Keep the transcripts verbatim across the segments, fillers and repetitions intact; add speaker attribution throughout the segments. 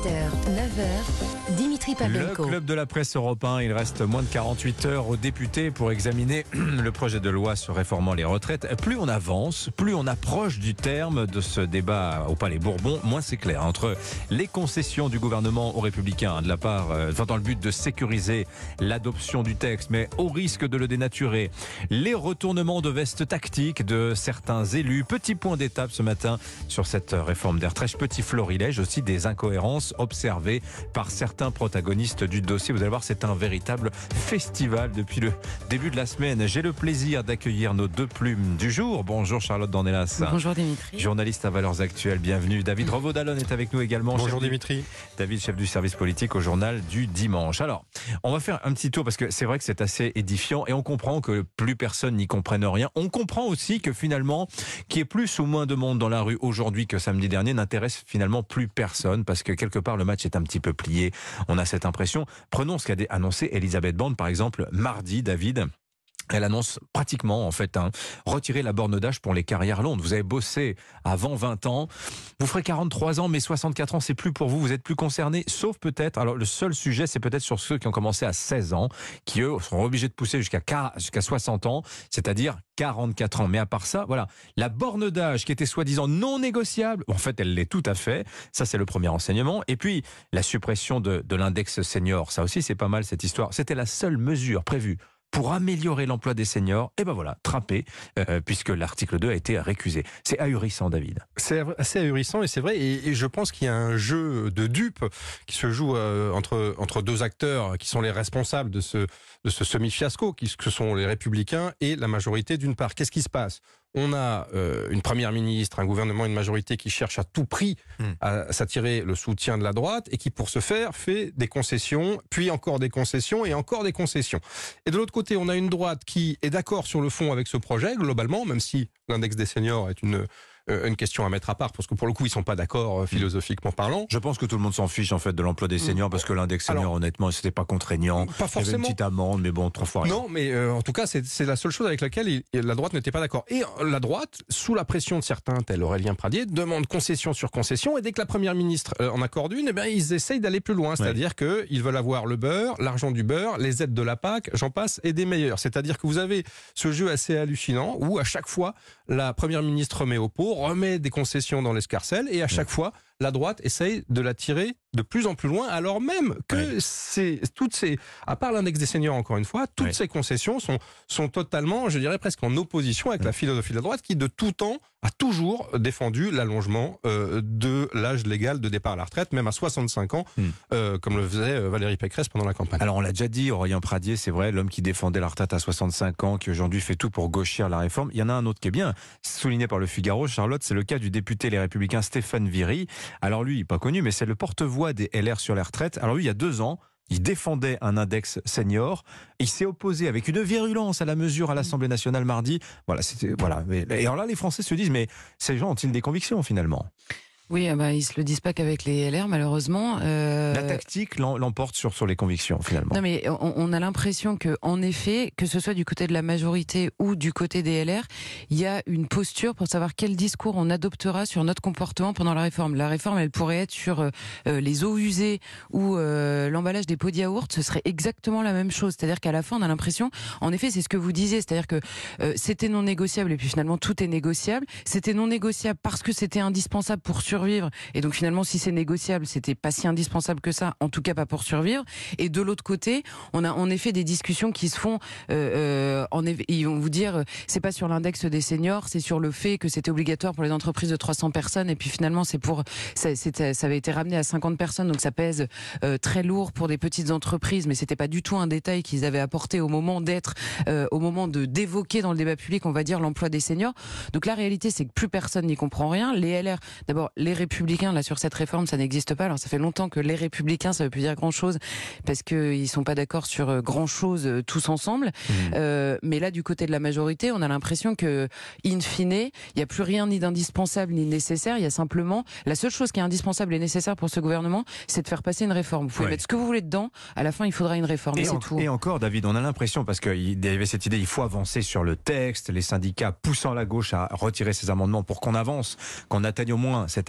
Speaker 1: heures, neuf heures, Dimitri Pavlenko.
Speaker 2: Le club de la presse européen, il reste moins de quarante-huit heures aux députés pour examiner le projet de loi sur réformant les retraites. Plus on avance, plus on approche du terme de ce débat au Palais Bourbon, moins c'est clair. Entre les concessions du gouvernement aux Républicains, de la part, euh, dans le but de sécuriser l'adoption du texte, mais au risque de le dénaturer, les retournements de veste tactique de certains élus. Petit point d'étape ce matin sur cette réforme des retraites. Petit florilège aussi des incohérences observées par certains protagonistes du dossier. Vous allez voir, c'est un véritable festival depuis le début de la semaine. J'ai le plaisir d'accueillir nos deux plumes du jour. Bonjour Charlotte Dornelas.
Speaker 3: Bonjour Dimitri.
Speaker 2: Journaliste à Valeurs Actuelles, bienvenue. David Revaud-Dallon est avec nous également.
Speaker 4: Bonjour
Speaker 2: chef
Speaker 4: Dimitri.
Speaker 2: Du... David, chef du service politique au journal du dimanche. Alors, on va faire un petit tour parce que c'est vrai que c'est assez édifiant et on comprend que plus personne n'y comprenne rien. On comprend aussi que finalement, qu'il y ait plus ou moins de monde dans la rue aujourd'hui que samedi dernier n'intéresse finalement plus personne parce que quelque part le match est un petit peu plié. On a cette impression. Prenons ce qu'a annoncé Elisabeth Borne par exemple mardi, David. Elle annonce pratiquement, en fait, hein, retirer la borne d'âge pour les carrières longues. Vous avez bossé avant vingt ans, vous ferez quarante-trois ans, mais soixante-quatre ans, c'est plus pour vous, vous êtes plus concerné, sauf peut-être, alors le seul sujet, c'est peut-être sur ceux qui ont commencé à seize ans, qui eux seront obligés de pousser jusqu'à jusqu'à soixante ans, c'est-à-dire quarante-quatre ans. Mais à part ça, voilà, la borne d'âge qui était soi-disant non négociable, en fait, elle l'est tout à fait. Ça, c'est le premier enseignement. Et puis, la suppression de, de l'index senior, ça aussi, c'est pas mal cette histoire. C'était la seule mesure prévue pour améliorer l'emploi des seniors, et ben voilà, trappé, euh, puisque l'article deux a été récusé. C'est ahurissant, David.
Speaker 4: C'est assez ahurissant et c'est vrai, et, et je pense qu'il y a un jeu de dupes qui se joue euh, entre, entre deux acteurs qui sont les responsables de ce, de ce semi-fiasco, qui ce sont les Républicains et la majorité d'une part. Qu'est-ce qui se passe ? On a euh, une première ministre, un gouvernement, une majorité qui cherche à tout prix mmh. à s'attirer le soutien de la droite et qui, pour ce faire, fait des concessions, puis encore des concessions et encore des concessions. Et de l'autre côté, on a une droite qui est d'accord sur le fond avec ce projet, globalement, même si l'index des seniors est une... une question à mettre à part, parce que pour le coup, ils sont pas d'accord euh, philosophiquement parlant.
Speaker 2: Je pense que tout le monde s'en fiche en fait de l'emploi des seniors, parce que l'index senior, alors, honnêtement, c'était pas contraignant.
Speaker 4: Pas forcément.
Speaker 2: Il y avait une petite amende, mais bon, trois fois rien.
Speaker 4: Non, mais euh, en tout cas, c'est, c'est la seule chose avec laquelle il, la droite n'était pas d'accord. Et la droite, sous la pression de certains, tel Aurélien Pradier, demande concession sur concession, et dès que la première ministre euh, en accorde une, eh bien, ils essayent d'aller plus loin. C'est-à-dire ouais. qu'ils veulent avoir le beurre, l'argent du beurre, les aides de la P A C, j'en passe, et des meilleurs. C'est-à-dire que vous avez ce jeu assez hallucinant, où à chaque fois, la première ministre remet au pot, remet des concessions dans l'escarcelle, et à chaque fois, la droite essaye de la tirer de plus en plus loin, alors même que oui. c'est, toutes ces, à part l'index des seniors encore une fois, toutes oui. ces concessions sont, sont totalement, je dirais presque en opposition avec oui. la philosophie de la droite qui de tout temps a toujours défendu l'allongement euh, de l'âge légal de départ à la retraite, même à soixante-cinq ans, mm. euh, comme le faisait Valérie Pécresse pendant la campagne.
Speaker 2: Alors on l'a déjà dit, Aurélien Pradier, c'est vrai, l'homme qui défendait la retraite à soixante-cinq ans, qui aujourd'hui fait tout pour gauchir la réforme. Il y en a un autre qui est bien, souligné par le Figaro, Charlotte, c'est le cas du député Les Républicains Stéphane Viry. Alors lui, pas connu, mais c'est le porte-voix des L R sur les retraites. Alors lui, il y a deux ans, il défendait un index senior. Il s'est opposé avec une virulence à la mesure à l'Assemblée nationale mardi. Voilà, c'était, voilà. Et alors là, les Français se disent, mais ces gens ont-ils des convictions finalement ?
Speaker 3: Oui, bah, ils se le disent pas qu'avec les L R, malheureusement. Euh...
Speaker 2: La tactique l'emporte sur, sur les convictions, finalement.
Speaker 3: Non, mais on, on a l'impression que, en effet, que ce soit du côté de la majorité ou du côté des L R, il y a une posture pour savoir quel discours on adoptera sur notre comportement pendant la réforme. La réforme, elle pourrait être sur euh, les eaux usées ou euh, l'emballage des pots de yaourt. Ce serait exactement la même chose. C'est-à-dire qu'à la fin, on a l'impression, en effet, c'est ce que vous disiez, c'est-à-dire que euh, c'était non négociable et puis finalement tout est négociable. C'était non négociable parce que c'était indispensable pour survivre. Et donc finalement, si c'est négociable, c'était pas si indispensable que ça, en tout cas pas pour survivre. Et de l'autre côté, on a en effet des discussions qui se font. Euh, en eff- ils vont vous dire, c'est pas sur l'index des seniors, c'est sur le fait que c'était obligatoire pour les entreprises de trois cents personnes. Et puis finalement, c'est pour ça, c'était, ça avait été ramené à cinquante personnes, donc ça pèse euh, très lourd pour des petites entreprises. Mais c'était pas du tout un détail qu'ils avaient apporté au moment d'être, euh, au moment de d'évoquer dans le débat public, on va dire l'emploi des seniors. Donc la réalité, c'est que plus personne n'y comprend rien. Les L R, d'abord. Les Républicains, là, sur cette réforme, ça n'existe pas. Alors, ça fait longtemps que les Républicains, ça veut plus dire grand-chose, parce qu'ils sont pas d'accord sur grand-chose euh, tous ensemble. Mmh. Euh, mais là, du côté de la majorité, on a l'impression que, in fine, il n'y a plus rien ni d'indispensable ni de nécessaire. Il y a simplement, la seule chose qui est indispensable et nécessaire pour ce gouvernement, c'est de faire passer une réforme. Vous pouvez ouais. mettre ce que vous voulez dedans, à la fin, il faudra une réforme. Et, et c'est en, tout.
Speaker 2: Et encore, David, on a l'impression, parce qu'il y avait cette idée, il faut avancer sur le texte, les syndicats poussant la gauche à retirer ces amendements pour qu'on avance, qu'on atteigne au moins cet article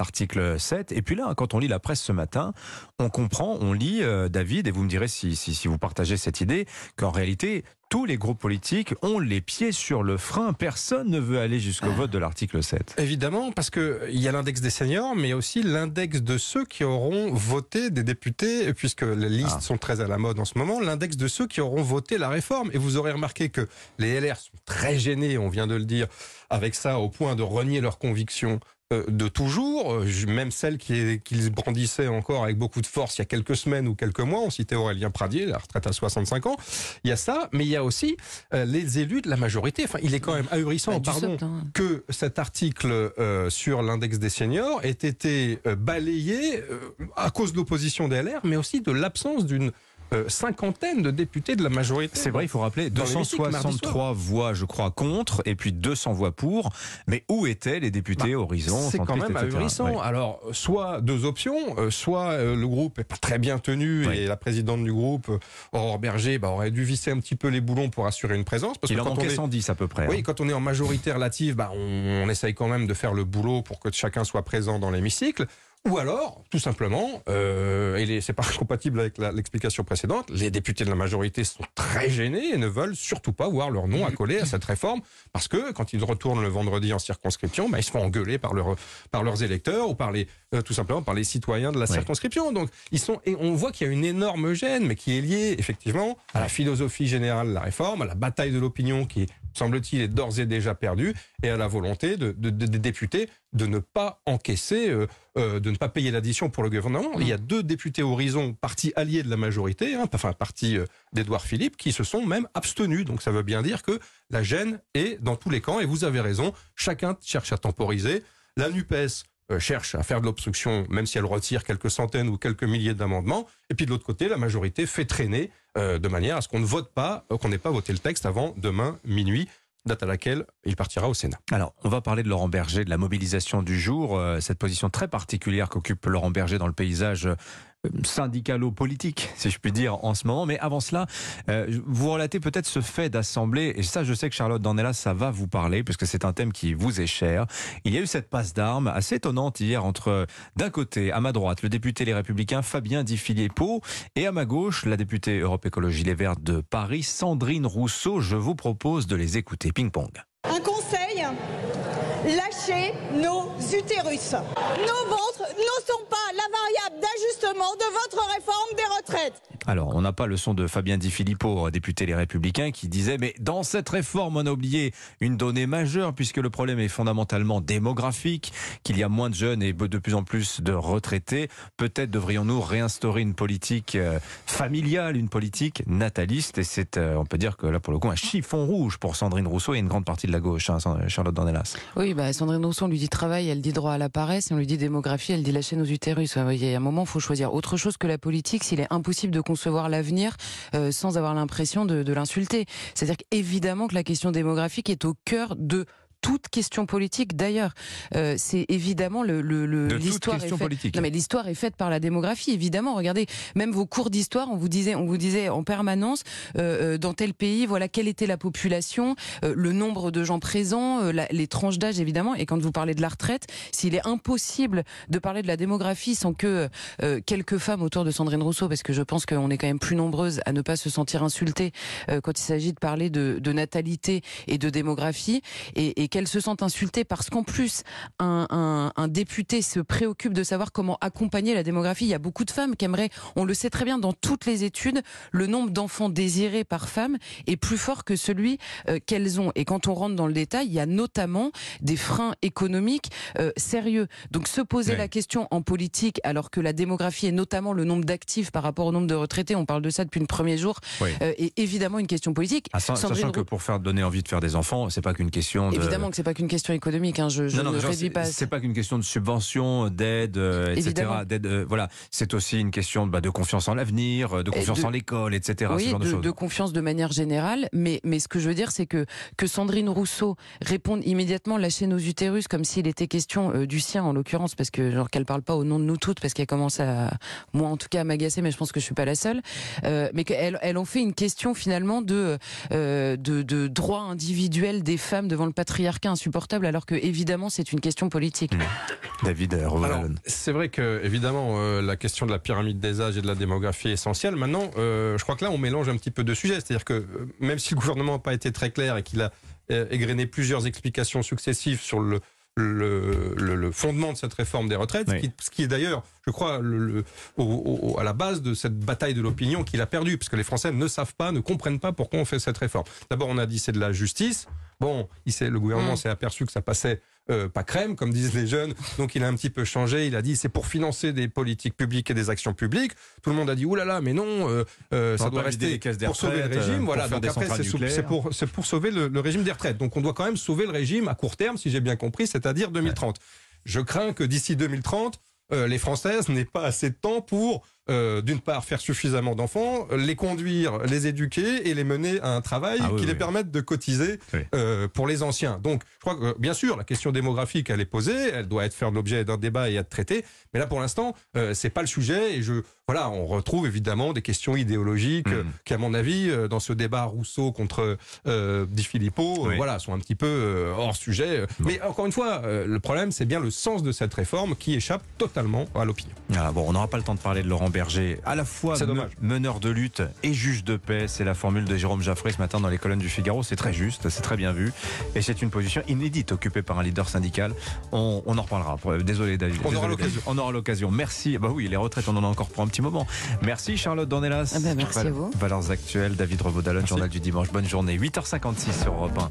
Speaker 2: article sept. Et puis là, quand on lit la presse ce matin, on comprend, on lit, euh, David, et vous me direz si, si, si vous partagez cette idée, qu'en réalité, tous les groupes politiques ont les pieds sur le frein. Personne ne veut aller jusqu'au vote de l'article sept.
Speaker 4: Évidemment, parce qu'il y a l'index des seniors, mais il y a aussi l'index de ceux qui auront voté des députés, puisque les listes ah. sont très à la mode en ce moment, l'index de ceux qui auront voté la réforme. Et vous aurez remarqué que les L R sont très gênés, on vient de le dire, avec ça, au point de renier leurs convictions de toujours, même celles qu'ils brandissaient encore avec beaucoup de force il y a quelques semaines ou quelques mois. On citait Aurélien Pradier, la retraite à soixante-cinq ans. Il y a ça, mais il y a aussi euh, les élus de la majorité. Enfin, il est quand même ahurissant, bah, pardon, hein. que cet article euh, sur l'index des seniors ait été euh, balayé euh, à cause de l'opposition des L R, mais aussi de l'absence d'une Euh, cinquantaine de députés de la majorité.
Speaker 2: C'est vrai, il faut rappeler, deux cent soixante-trois voix, je crois, contre, et puis deux cents voix pour. Mais où étaient les députés bah, Horizon,
Speaker 4: c'est quand même ahurissant. Oui. Alors, soit deux options, euh, soit euh, le groupe est pas très bien tenu, oui. et la présidente du groupe, euh, Aurore Berger, bah, aurait dû visser un petit peu les boulons pour assurer une présence. Parce
Speaker 2: il
Speaker 4: que
Speaker 2: en
Speaker 4: quand
Speaker 2: manquait
Speaker 4: on est,
Speaker 2: cent dix à peu près.
Speaker 4: Oui,
Speaker 2: hein.
Speaker 4: quand on est en majorité relative, bah, on, on essaye quand même de faire le boulot pour que chacun soit présent dans l'hémicycle. Ou alors, tout simplement, euh, et c'est pas compatible avec la, l'explication précédente, les députés de la majorité sont très gênés et ne veulent surtout pas voir leur nom accolé à cette réforme, parce que quand ils retournent le vendredi en circonscription, bah, ils se font engueuler par, leur, par leurs électeurs ou par les, euh, tout simplement par les citoyens de la oui. circonscription. Donc, ils sont, et on voit qu'il y a une énorme gêne, mais qui est liée effectivement à la philosophie générale de la réforme, à la bataille de l'opinion qui, semble-t-il, est d'ores et déjà perdue, et à la volonté de, de, de, des députés de ne pas encaisser, euh, euh, de ne pas payer l'addition pour le gouvernement. Il y a deux députés Horizon, parti allié de la majorité, hein, enfin parti euh, d'Édouard Philippe, qui se sont même abstenus. Donc ça veut bien dire que la gêne est dans tous les camps, et vous avez raison, chacun cherche à temporiser. La NUPES euh, cherche à faire de l'obstruction, même si elle retire quelques centaines ou quelques milliers d'amendements. Et puis de l'autre côté, la majorité fait traîner euh, de manière à ce qu'on ne vote pas, euh, qu'on n'ait pas voté le texte avant demain minuit, date à laquelle il partira au Sénat.
Speaker 2: Alors, on va parler de Laurent Berger, de la mobilisation du jour, euh, cette position très particulière qu'occupe Laurent Berger dans le paysage euh, syndicalo-politique, si je puis dire, en ce moment. Mais avant cela, euh, vous relatez peut-être ce fait d'assemblée, et ça, je sais que Charlotte Dornelas, ça va vous parler, puisque c'est un thème qui vous est cher. Il y a eu cette passe d'armes assez étonnante hier entre, d'un côté, à ma droite, le député Les Républicains Fabien Di Filippo, et à ma gauche, la députée Europe Écologie Les Verts de Paris, Sandrine Rousseau. Je vous propose de les écouter. Ping-pong.
Speaker 5: Un conseil, lâchez nos utérus. Nos ventres ne sont pas la variable d'ajustement de votre réforme des retraites.
Speaker 2: Alors, on n'a pas le son de Fabien Di Filippo, député Les Républicains, qui disait « Mais dans cette réforme, on a oublié une donnée majeure, puisque le problème est fondamentalement démographique, qu'il y a moins de jeunes et de plus en plus de retraités. Peut-être devrions-nous réinstaurer une politique familiale, une politique nataliste. » Et c'est, on peut dire que là, pour le coup, un chiffon rouge pour Sandrine Rousseau et une grande partie de la gauche, hein, Charlotte Dornelas.
Speaker 3: Oui, bah, Sandrine Rousseau, on lui dit travail, elle dit droit à la paresse, et on lui dit démographie, elle dit lâcher nos utérus. Il y a un moment, il faut choisir autre chose que la politique, s'il est impossible de concevoir l'avenir euh, sans avoir l'impression de, de l'insulter. C'est-à-dire qu'évidemment que la question démographique est au cœur de toute question politique. D'ailleurs, euh, c'est évidemment le, le, le l'histoire est faite. Non, mais l'histoire est faite par la démographie. Évidemment, regardez, même vos cours d'histoire, on vous disait, on vous disait en permanence euh, dans tel pays, voilà quelle était la population, euh, le nombre de gens présents, euh, la, les tranches d'âge évidemment. Et quand vous parlez de la retraite, s'il est impossible de parler de la démographie sans que euh, quelques femmes autour de Sandrine Rousseau, parce que je pense qu'on est quand même plus nombreuses à ne pas se sentir insultées euh, quand il s'agit de parler de, de natalité et de démographie, et, et qu'elles se sentent insultées parce qu'en plus un, un, un député se préoccupe de savoir comment accompagner la démographie. Il y a beaucoup de femmes qui aimeraient, on le sait très bien dans toutes les études, le nombre d'enfants désirés par femme est plus fort que celui euh, qu'elles ont. Et quand on rentre dans le détail, il y a notamment des freins économiques euh, sérieux. Donc se poser oui. la question en politique, alors que la démographie et notamment le nombre d'actifs par rapport au nombre de retraités, on parle de ça depuis le premier jour, oui. euh, est évidemment une question politique.
Speaker 2: Ah, sans, sachant que pour faire donner envie de faire des enfants, c'est pas qu'une question de...
Speaker 3: Évidemment que c'est pas qu'une question économique, hein. je, je non, non, ne genre, réduis pas.
Speaker 2: C'est pas qu'une question de subvention, d'aide, euh, et cetera. D'aide, euh, voilà, c'est aussi une question bah, de confiance en l'avenir, de confiance de, en l'école, et cetera.
Speaker 3: Oui,
Speaker 2: ce genre
Speaker 3: de,
Speaker 2: de, choses.
Speaker 3: de confiance de manière générale. Mais, mais ce que je veux dire, c'est que que Sandrine Rousseau réponde immédiatement lâcher nos utérus comme s'il était question euh, du sien en l'occurrence, parce que genre qu'elle parle pas au nom de nous toutes, parce qu'elle commence à, moi en tout cas, à m'agacer, mais je pense que je suis pas la seule. Euh, mais qu'elle elle en fait une question finalement de euh, de, de droit individuel des femmes devant le patriarcat. patriarcat insupportable, alors que évidemment c'est une question politique.
Speaker 2: Mmh. David Revaudalon.
Speaker 4: C'est vrai que évidemment euh, la question de la pyramide des âges et de la démographie est essentielle. Maintenant, euh, je crois que là on mélange un petit peu de sujets. C'est-à-dire que euh, même si le gouvernement n'a pas été très clair et qu'il a euh, égrené plusieurs explications successives sur le Le, le, le fondement de cette réforme des retraites, oui. ce, qui, ce qui est d'ailleurs, je crois, le, le, au, au, à la base de cette bataille de l'opinion qu'il a perdue, parce que les Français ne savent pas, ne comprennent pas pourquoi on fait cette réforme. D'abord, on a dit c'est de la justice. Bon, il s'est, le gouvernement mmh. s'est aperçu que ça passait euh, pas crème, comme disent les jeunes, donc il a un petit peu changé. Il a dit c'est pour financer des politiques publiques et des actions publiques. Tout le monde a dit oulala, là là, mais non, euh, euh, ça doit rester pour sauver le régime. Euh, voilà, donc après c'est, sou- c'est, pour, c'est pour sauver le, le régime des retraites. Donc on doit quand même sauver le régime à court terme, si j'ai bien compris, c'est-à-dire deux mille trente. Ouais. Je crains que d'ici deux mille trente, euh, les Françaises n'aient pas assez de temps pour Euh, d'une part, faire suffisamment d'enfants, les conduire, les éduquer et les mener à un travail ah oui, qui oui. les permette de cotiser oui. euh, pour les anciens. Donc, je crois que, bien sûr, la question démographique, elle est posée, elle doit être faire l'objet d'un débat et être traitée, mais là, pour l'instant, euh, c'est pas le sujet et je, voilà, on retrouve évidemment des questions idéologiques mmh. qui, à mon avis, euh, dans ce débat Rousseau contre euh, Di Filippo, oui. euh, voilà, sont un petit peu euh, hors sujet. Bon. Mais encore une fois, euh, le problème, c'est bien le sens de cette réforme qui échappe totalement à l'opinion.
Speaker 2: Ah, bon, on n'aura pas le temps de parler de Laurent Berger, à la fois me- meneur de lutte et juge de paix. C'est la formule de Jérôme Jaffray ce matin dans les colonnes du Figaro. C'est très juste, c'est très bien vu. Et c'est une position inédite occupée par un leader syndical. On, on en reparlera. Désolé David.
Speaker 4: On
Speaker 2: Désolé,
Speaker 4: aura l'occasion.
Speaker 2: David. On aura l'occasion. Merci. Bah oui, les retraites, on en a encore pour un petit moment. Merci Charlotte Dornelas.
Speaker 3: Ah bah merci
Speaker 2: Val-
Speaker 3: à vous.
Speaker 2: Valeurs Actuelles, David Revaudalon, Journal du Dimanche. Bonne journée. huit heures cinquante-six sur Europe un.